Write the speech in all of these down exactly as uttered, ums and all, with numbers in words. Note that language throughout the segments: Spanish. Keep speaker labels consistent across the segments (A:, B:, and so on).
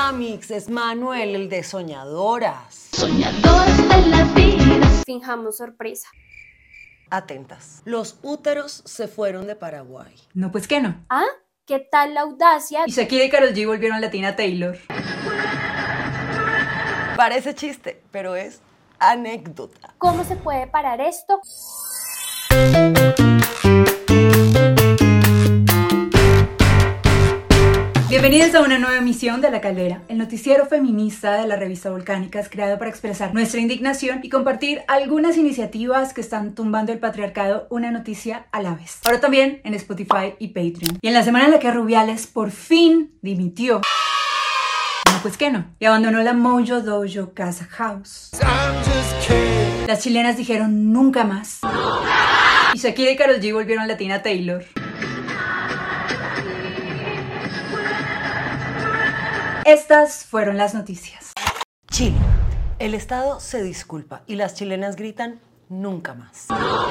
A: Hola, Mix, es Manuel, el de Soñadoras.
B: Soñadoras de la vida.
C: Finjamos sorpresa.
A: Atentas. Los úteros se fueron de Paraguay.
D: No, pues que no.
C: ¿Ah? ¿Qué tal la audacia?
D: Y Shakira y Karol G volvieron Latina Taylor.
A: Parece chiste, pero es anécdota.
C: ¿Cómo se puede parar esto?
D: Bienvenidos a una nueva emisión de La Caldera, el noticiero feminista de la revista Volcánicas, creado para expresar nuestra indignación y compartir algunas iniciativas que están tumbando el patriarcado una noticia a la vez. Ahora también en Spotify y Patreon. Y en la semana en la que Rubiales por fin dimitió. No, pues que no. Y abandonó la Mojo Dojo Casa House. Las chilenas dijeron nunca más. Y Shakira y Karol G volvieron Latina Taylor. Estas fueron las noticias.
A: Chile. El Estado se disculpa y las chilenas gritan nunca más.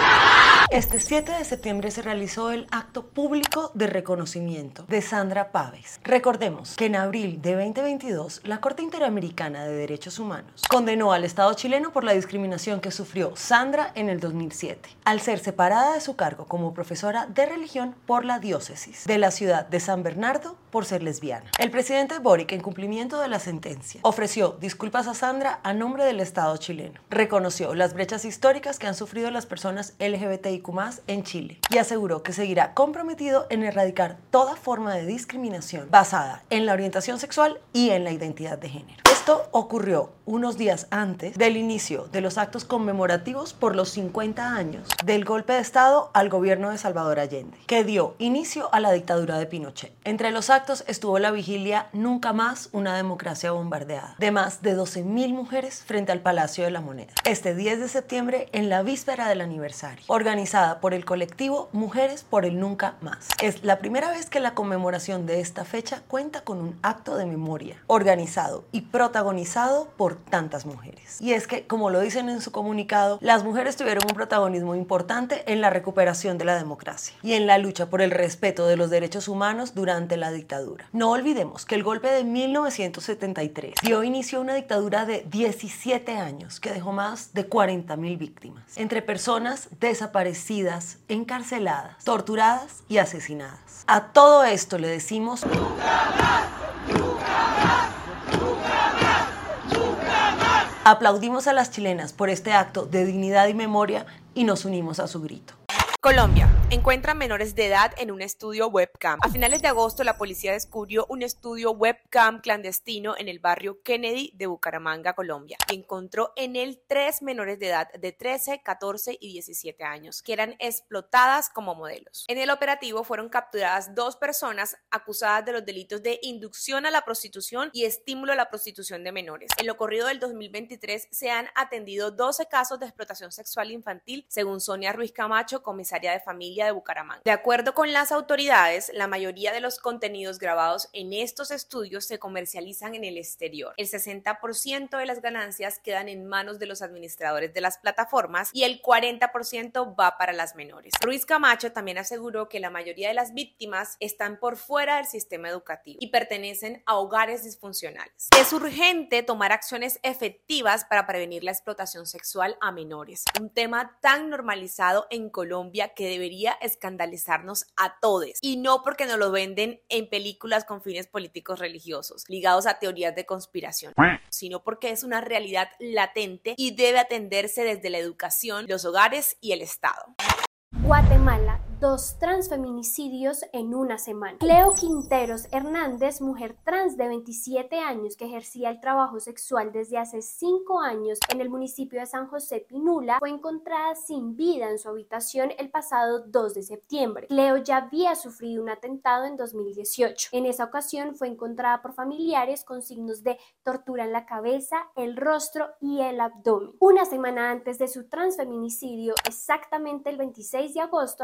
A: Este siete de septiembre se realizó el acto público de reconocimiento de Sandra Pavez. Recordemos que en abril de veinte veintidós, la Corte Interamericana de Derechos Humanos condenó al Estado chileno por la discriminación que sufrió Sandra en el dos mil siete, al ser separada de su cargo como profesora de religión por la diócesis de la ciudad de San Bernardo por ser lesbiana. El presidente Boric, en cumplimiento de la sentencia, ofreció disculpas a Sandra a nombre del Estado chileno. Reconoció las brechas históricas que han sufrido las personas L G B T I Q más en Chile y aseguró que seguirá comprometido en erradicar toda forma de discriminación basada en la orientación sexual y en la identidad de género. Esto ocurrió unos días antes del inicio de los actos conmemorativos por los cincuenta años del golpe de Estado al gobierno de Salvador Allende, que dio inicio a la dictadura de Pinochet. Entre los actos estuvo la vigilia Nunca más una democracia bombardeada, de más de doce mil mujeres frente al Palacio de la Moneda, este diez de septiembre en la víspera del aniversario, organizada por el colectivo Mujeres por el Nunca Más. Es la primera vez que la conmemoración de esta fecha cuenta con un acto de memoria, organizado y protagonizado por tantas mujeres. Y es que, como lo dicen en su comunicado, las mujeres tuvieron un protagonismo importante en la recuperación de la democracia y en la lucha por el respeto de los derechos humanos durante la dictadura. No olvidemos que el golpe de mil novecientos setenta y tres dio inicio a una dictadura de diecisiete años que dejó más de cuarenta mil víctimas, entre personas desaparecidas, encarceladas, torturadas y asesinadas. A todo esto le decimos ¡nunca más! ¡Nunca más! ¡Nunca más! ¡Nunca más! Aplaudimos a las chilenas por este acto de dignidad y memoria y nos unimos a su grito.
E: Colombia. Encuentra menores de edad en un estudio webcam. A finales de agosto, la policía descubrió un estudio webcam clandestino en el barrio Kennedy de Bucaramanga, Colombia, y encontró en él tres menores de edad de trece, catorce y diecisiete años, que eran explotadas como modelos. En el operativo fueron capturadas dos personas acusadas de los delitos de inducción a la prostitución y estímulo a la prostitución de menores. En lo corrido del dos mil veintitrés se han atendido doce casos de explotación sexual infantil, según Sonia Ruiz Camacho, comisaria de familia de Bucaramanga. De acuerdo con las autoridades, la mayoría de los contenidos grabados en estos estudios se comercializan en el exterior. El sesenta por ciento de las ganancias quedan en manos de los administradores de las plataformas y el cuarenta por ciento va para las menores. Ruiz Camacho también aseguró que la mayoría de las víctimas están por fuera del sistema educativo y pertenecen a hogares disfuncionales. Es urgente tomar acciones efectivas para prevenir la explotación sexual a menores, un tema tan normalizado en Colombia que debería escandalizarnos a todos, y no porque nos lo venden en películas con fines políticos religiosos ligados a teorías de conspiración, sino porque es una realidad latente y debe atenderse desde la educación, los hogares y el Estado.
C: Guatemala. Dos transfeminicidios en una semana. Cleo Quinteros Hernández, mujer trans de veintisiete años que ejercía el trabajo sexual desde hace cinco años en el municipio de San José Pinula, fue encontrada sin vida en su habitación el pasado dos de septiembre. Cleo ya había sufrido un atentado en dos mil dieciocho. En esa ocasión fue encontrada por familiares con signos de tortura en la cabeza, el rostro y el abdomen. Una semana antes de su transfeminicidio, exactamente el veintiséis de agosto, asesinaron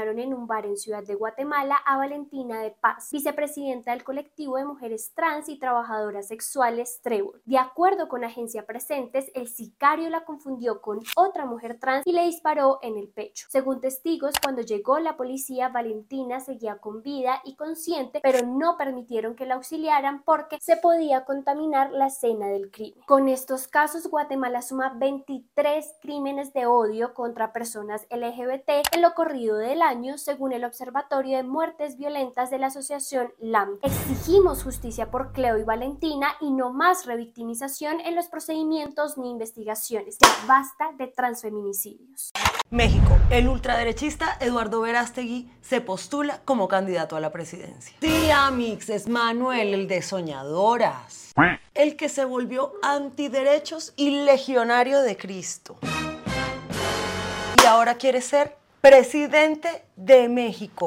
C: asesinaron en un bar en Ciudad de Guatemala a Valentina de Paz, vicepresidenta del colectivo de mujeres trans y trabajadoras sexuales Trébol. De acuerdo con Agencia Presentes, el sicario la confundió con otra mujer trans y le disparó en el pecho. Según testigos, cuando llegó la policía, Valentina seguía con vida y consciente, pero no permitieron que la auxiliaran porque se podía contaminar la escena del crimen. Con estos casos, Guatemala suma veintitrés crímenes de odio contra personas L G B T en lo corrido del año, según el Observatorio de Muertes Violentas de la asociación L A M. Exigimos justicia por Cleo y Valentina y no más revictimización en los procedimientos ni investigaciones. Ya basta de transfeminicidios.
A: México. El ultraderechista Eduardo Verástegui se postula como candidato a la presidencia. Sí, Amix, es Manuel, el de Soñadoras. El que se volvió antiderechos y legionario de Cristo. Y ahora quiere ser presidente de México.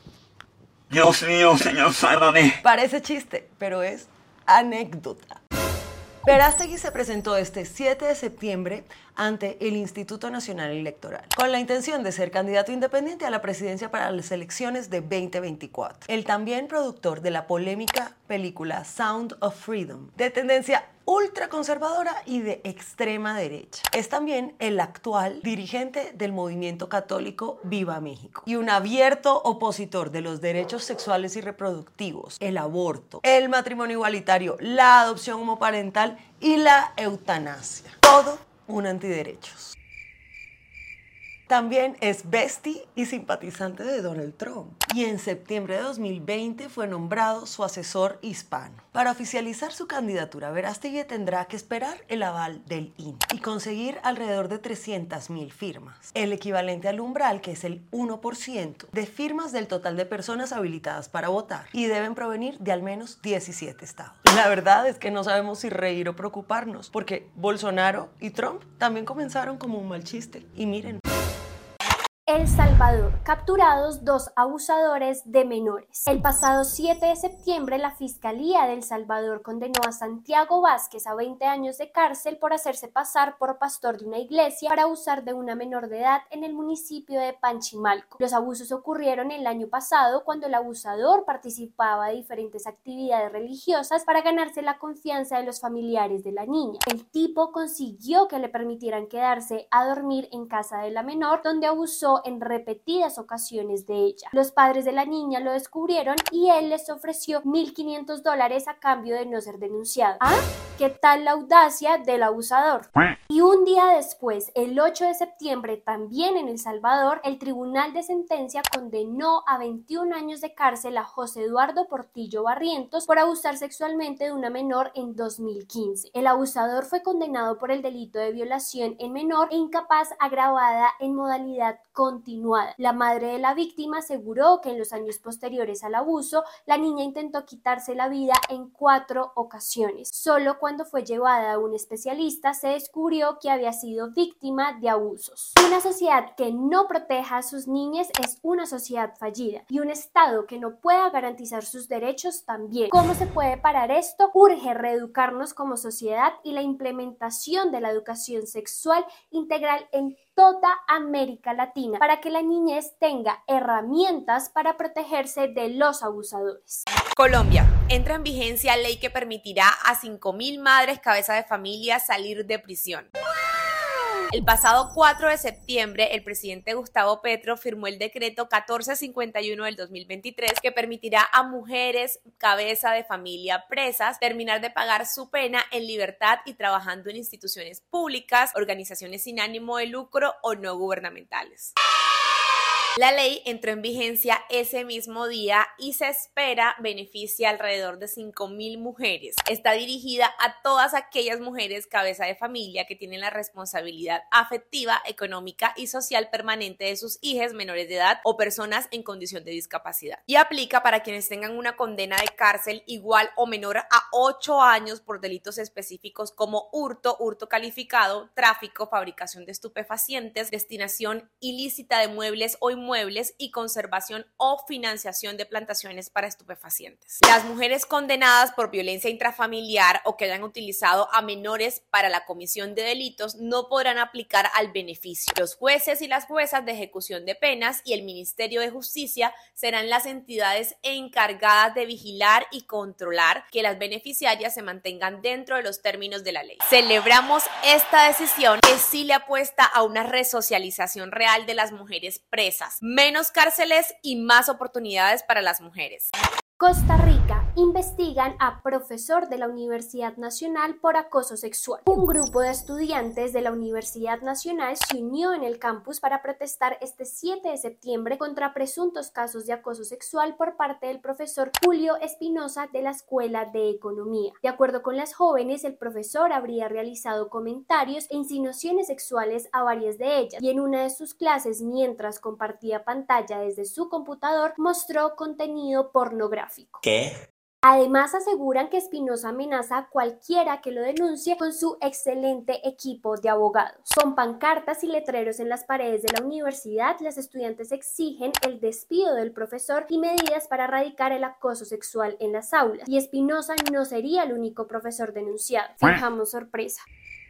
F: Dios mío, señor, sálvame.
A: Parece chiste, pero es anécdota. Verástegui se presentó este siete de septiembre ante el Instituto Nacional Electoral con la intención de ser candidato independiente a la presidencia para las elecciones de veinte veinticuatro. El también productor de la polémica película Sound of Freedom, de tendencia ultraconservadora y de extrema derecha. Es también el actual dirigente del movimiento católico Viva México y un abierto opositor de los derechos sexuales y reproductivos, el aborto, el matrimonio igualitario, la adopción homoparental y la eutanasia. Todo un antiderechos. También es bestie y simpatizante de Donald Trump. Y en septiembre de dos mil veinte fue nombrado su asesor hispano. Para oficializar su candidatura, Verástegui tendrá que esperar el aval del I N E y conseguir alrededor de trescientas mil firmas, el equivalente al umbral, que es el uno por ciento de firmas del total de personas habilitadas para votar, y deben provenir de al menos diecisiete estados. La verdad es que no sabemos si reír o preocuparnos, porque Bolsonaro y Trump también comenzaron como un mal chiste. Y miren.
C: El Salvador. Capturados dos abusadores de menores. El pasado siete de septiembre, la Fiscalía de El Salvador condenó a Santiago Vázquez a veinte años de cárcel por hacerse pasar por pastor de una iglesia para abusar de una menor de edad en el municipio de Panchimalco. Los abusos ocurrieron el año pasado, cuando el abusador participaba de diferentes actividades religiosas para ganarse la confianza de los familiares de la niña. El tipo consiguió que le permitieran quedarse a dormir en casa de la menor, donde abusó en repetidas ocasiones de ella. Los padres de la niña lo descubrieron y él les ofreció mil quinientos dólares a cambio de no ser denunciado. ¿Ah? ¿Qué tal la audacia del abusador? Y un día después, el ocho de septiembre, también en El Salvador, el Tribunal de Sentencia condenó a veintiún años de cárcel a José Eduardo Portillo Barrientos por abusar sexualmente de una menor en dos mil quince. El abusador fue condenado por el delito de violación en menor e incapaz agravada en modalidad continuada. La madre de la víctima aseguró que en los años posteriores al abuso, la niña intentó quitarse la vida en cuatro ocasiones. Solo cuando fue llevada a un especialista se descubrió que había sido víctima de abusos. Una sociedad que no proteja a sus niñas es una sociedad fallida, y un Estado que no pueda garantizar sus derechos también. ¿Cómo se puede parar esto? Urge reeducarnos como sociedad y la implementación de la educación sexual integral en toda América Latina, para que la niñez tenga herramientas para protegerse de los abusadores.
E: Colombia. Entra en vigencia ley que permitirá a cinco mil madres cabeza de familia salir de prisión. El pasado cuatro de septiembre, el presidente Gustavo Petro firmó el decreto catorce cincuenta y uno del dos mil veintitrés, que permitirá a mujeres cabeza de familia presas terminar de pagar su pena en libertad y trabajando en instituciones públicas, organizaciones sin ánimo de lucro o no gubernamentales. La ley entró en vigencia ese mismo día y se espera beneficie a alrededor de cinco mil mujeres. Está dirigida a todas aquellas mujeres cabeza de familia que tienen la responsabilidad afectiva, económica y social permanente de sus hijas menores de edad o personas en condición de discapacidad. Y aplica para quienes tengan una condena de cárcel igual o menor a ocho años por delitos específicos como hurto, hurto calificado, tráfico, fabricación de estupefacientes, destinación ilícita de muebles o inmuebles inmuebles y conservación o financiación de plantaciones para estupefacientes. Las mujeres condenadas por violencia intrafamiliar o que hayan utilizado a menores para la comisión de delitos no podrán aplicar al beneficio. Los jueces y las juezas de ejecución de penas y el Ministerio de Justicia serán las entidades encargadas de vigilar y controlar que las beneficiarias se mantengan dentro de los términos de la ley. Celebramos esta decisión que sí le apuesta a una resocialización real de las mujeres presas, menos cárceles y más oportunidades para las mujeres.
C: Costa Rica, investigan a profesor de la Universidad Nacional por acoso sexual. Un grupo de estudiantes de la Universidad Nacional se unió en el campus para protestar este siete de septiembre contra presuntos casos de acoso sexual por parte del profesor Julio Espinosa de la Escuela de Economía. De acuerdo con las jóvenes, el profesor habría realizado comentarios e insinuaciones sexuales a varias de ellas, y en una de sus clases, mientras compartía pantalla desde su computador, mostró contenido pornográfico.
G: ¿Qué?
C: Además, aseguran que Espinosa amenaza a cualquiera que lo denuncie con su excelente equipo de abogados. Con pancartas y letreros en las paredes de la universidad, las estudiantes exigen el despido del profesor y medidas para erradicar el acoso sexual en las aulas. Y Espinosa no sería el único profesor denunciado. Fijamos sorpresa.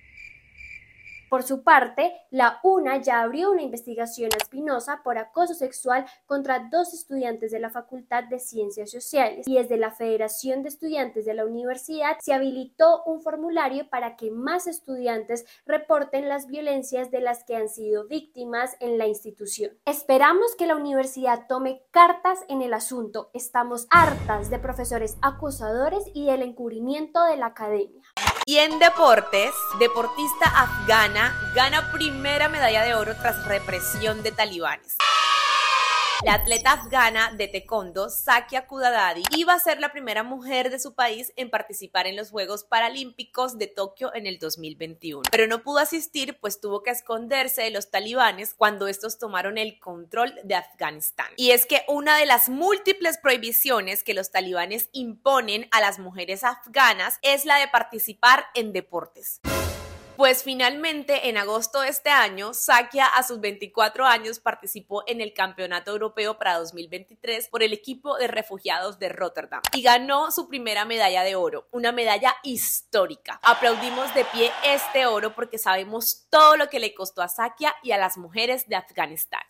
C: Por su parte, la UNA ya abrió una investigación a Espinosa por acoso sexual contra dos estudiantes de la Facultad de Ciencias Sociales, y desde la Federación de Estudiantes de la universidad se habilitó un formulario para que más estudiantes reporten las violencias de las que han sido víctimas en la institución. Esperamos que la universidad tome cartas en el asunto. Estamos hartas de profesores acusadores y del encubrimiento de la academia.
E: Y en deportes, deportista afgana gana primera medalla de oro tras represión de talibanes. La atleta afgana de taekwondo, Zakia Kudadadi, iba a ser la primera mujer de su país en participar en los Juegos Paralímpicos de Tokio en el dos mil veintiuno, pero no pudo asistir pues tuvo que esconderse de los talibanes cuando estos tomaron el control de Afganistán. Y es que una de las múltiples prohibiciones que los talibanes imponen a las mujeres afganas es la de participar en deportes. Pues finalmente, en agosto de este año, Zakia a sus veinticuatro años participó en el Campeonato Europeo para dos mil veintitrés por el equipo de refugiados de Rotterdam y ganó su primera medalla de oro, una medalla histórica. Aplaudimos de pie este oro porque sabemos todo lo que le costó a Zakia y a las mujeres de Afganistán.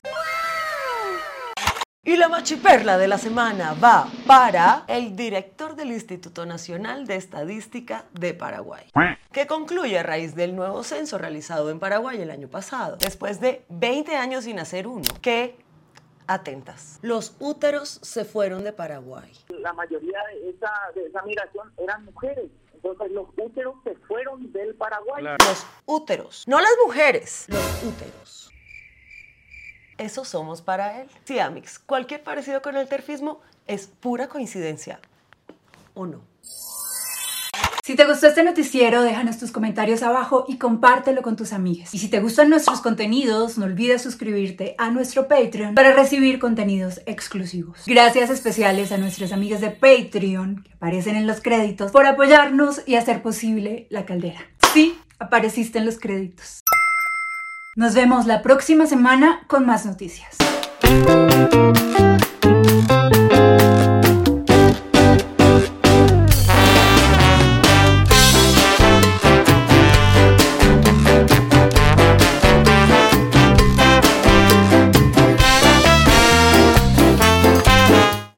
A: Y la machiperla de la semana va para el director del Instituto Nacional de Estadística de Paraguay, que concluye a raíz del nuevo censo realizado en Paraguay el año pasado, después de veinte años sin hacer uno, que, atentas, los úteros se fueron de Paraguay.
H: La mayoría de esa, de esa migración eran mujeres. Entonces los úteros se fueron del Paraguay.
A: Claro. Los úteros, no las mujeres, los úteros. Eso somos para él. Sí, Amix, cualquier parecido con el terfismo es pura coincidencia, ¿o no?
D: Si te gustó este noticiero, déjanos tus comentarios abajo y compártelo con tus amigas. Y si te gustan nuestros contenidos, no olvides suscribirte a nuestro Patreon para recibir contenidos exclusivos. Gracias especiales a nuestras amigas de Patreon, que aparecen en los créditos, por apoyarnos y hacer posible La Caldera. Sí, apareciste en los créditos. Nos vemos la próxima semana con más noticias.